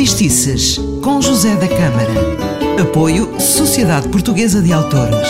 Fadistices, com José da Câmara. Apoio Sociedade Portuguesa de Autores.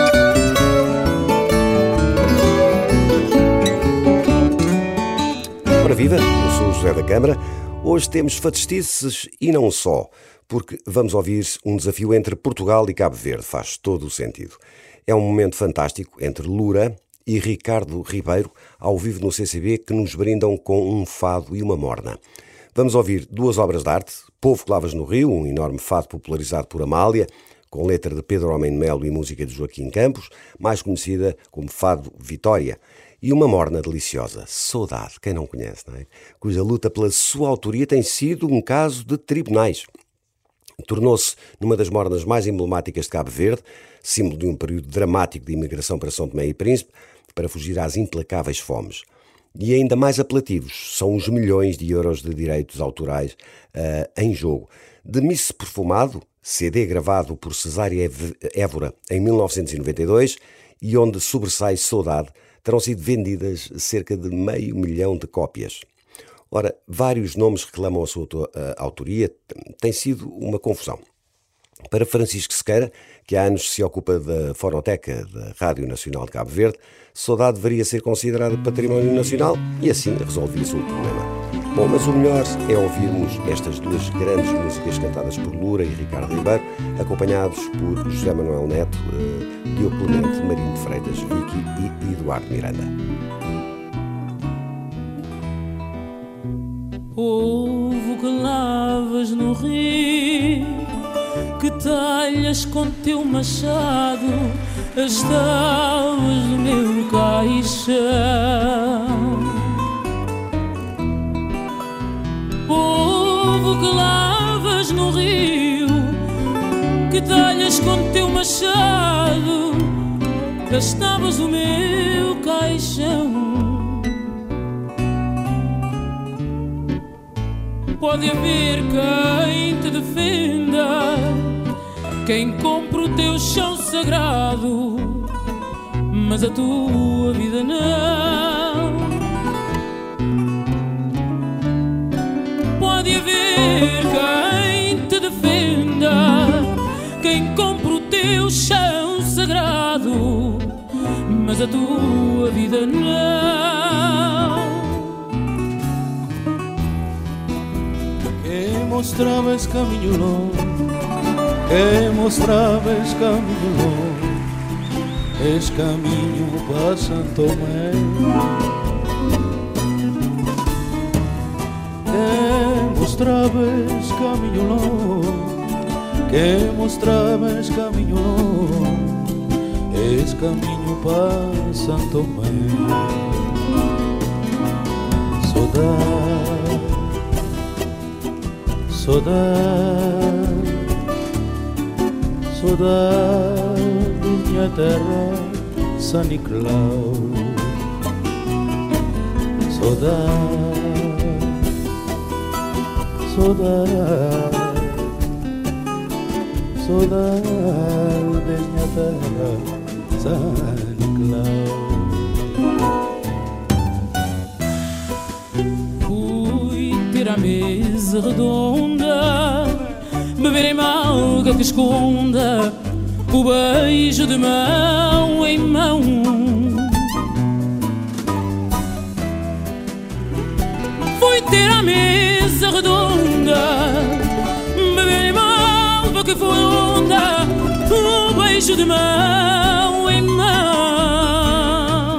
Ora viva, eu sou o José da Câmara. Hoje temos fadistices e não só, porque vamos ouvir um desafio entre Portugal e Cabo Verde. Faz todo o sentido. É um momento fantástico entre Lura e Ricardo Ribeiro, ao vivo no CCB, que nos brindam com um fado e uma morna. Vamos ouvir duas obras de arte: Povo que Lavas no Rio, um enorme fado popularizado por Amália, com letra de Pedro Homem de Melo e música de Joaquim Campos, mais conhecida como Fado Vitória, e uma morna deliciosa, Saudade, quem não conhece, não é? Cuja luta pela sua autoria tem sido um caso de tribunais. Tornou-se numa das mornas mais emblemáticas de Cabo Verde, símbolo de um período dramático de imigração para São Tomé e Príncipe, para fugir às implacáveis fomes. E ainda mais apelativos são os milhões de euros de direitos autorais em jogo. De Miss Perfumado, CD gravado por Cesária Évora em 1992 e onde sobressai Saudade, terão sido vendidas cerca de 500 mil de cópias. Ora, vários nomes reclamam a sua autoria, tem sido uma confusão. Para Francisco Sequeira, que há anos se ocupa da fonoteca da Rádio Nacional de Cabo Verde, Saudade deveria ser considerada património nacional e assim resolvia-se o problema. Bom, mas o melhor é ouvirmos estas duas grandes músicas cantadas por Lura e Ricardo Ribeiro, acompanhados por José Manuel Neto, Diogo Clemente, Marinho de Freitas, Vicky e Eduardo Miranda. Povo que lavas no rio, que talhas com teu machado as tábuas do meu caixão. Povo que lavas no rio, que talhas com teu machado as tábuas do meu caixão. Pode haver quem te defenda, quem compre o teu chão sagrado, mas a tua vida não. Pode haver quem te defenda, quem compre o teu chão sagrado, mas a tua vida não. Mostravas caminho longo, que mostravas caminho longo, és caminho para Santo Tomé. Que mostravas caminho longo, que mostravas caminho longo, és caminho para Santo Tomé. Saudade, saudade, saudade, minha terra, São Nicolau. Saudade, saudade, saudade, minha terra, São Nicolau. A mesa redonda, beber em malga que esconda o beijo de mão em mão. Fui ter a mesa redonda, beber em malga que fonda o beijo de mão em mão.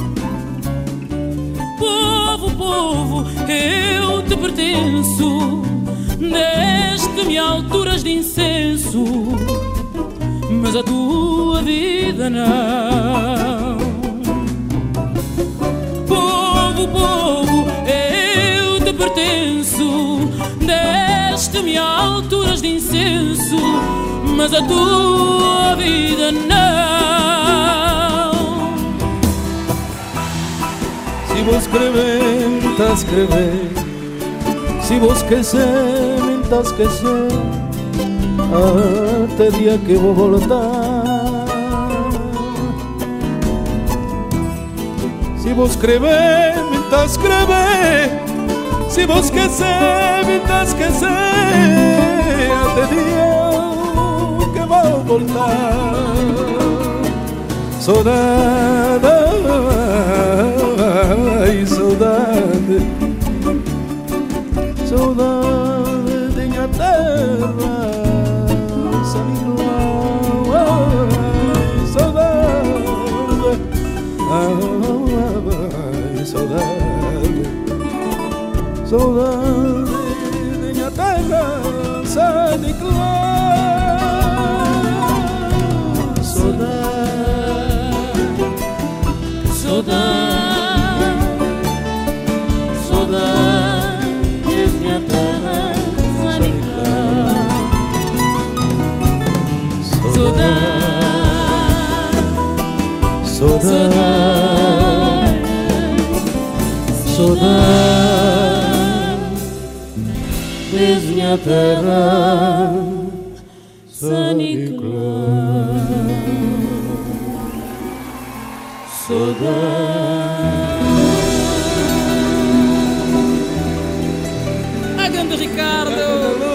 Povo, povo, eu te pertenço, deste-me alturas de incenso, mas a tua vida não. Povo, povo, eu te pertenço, deste-me alturas de incenso, mas a tua vida não. Se vou escrever, está a escrever. Se vou esquecer, está a esquecer. Até dia que vou voltar. Se vou escrever, está a escrever. se vos esquecer, me tá esquecer, até dia que vou voltar. Saudade, ai, saudade, saudade de minha terra, São Nicolau, ai, saudade, ai, saudade, saudade de minha terra, São Nicolau, saudade, saudade, saudade de minha terra, São Nicolau. Saudade, saudade, saudade de minha terra, São Nicolau. A grande Ricardo.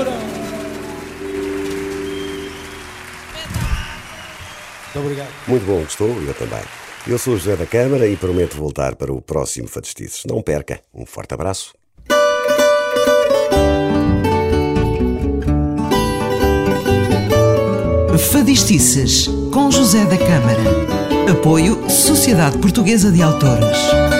Muito obrigado. Muito bom, gostou? Eu também. Eu sou o José da Câmara e prometo voltar para o próximo Fadestices. Não perca. Um forte abraço. Fadistices, com José da Câmara. Apoio Sociedade Portuguesa de Autores.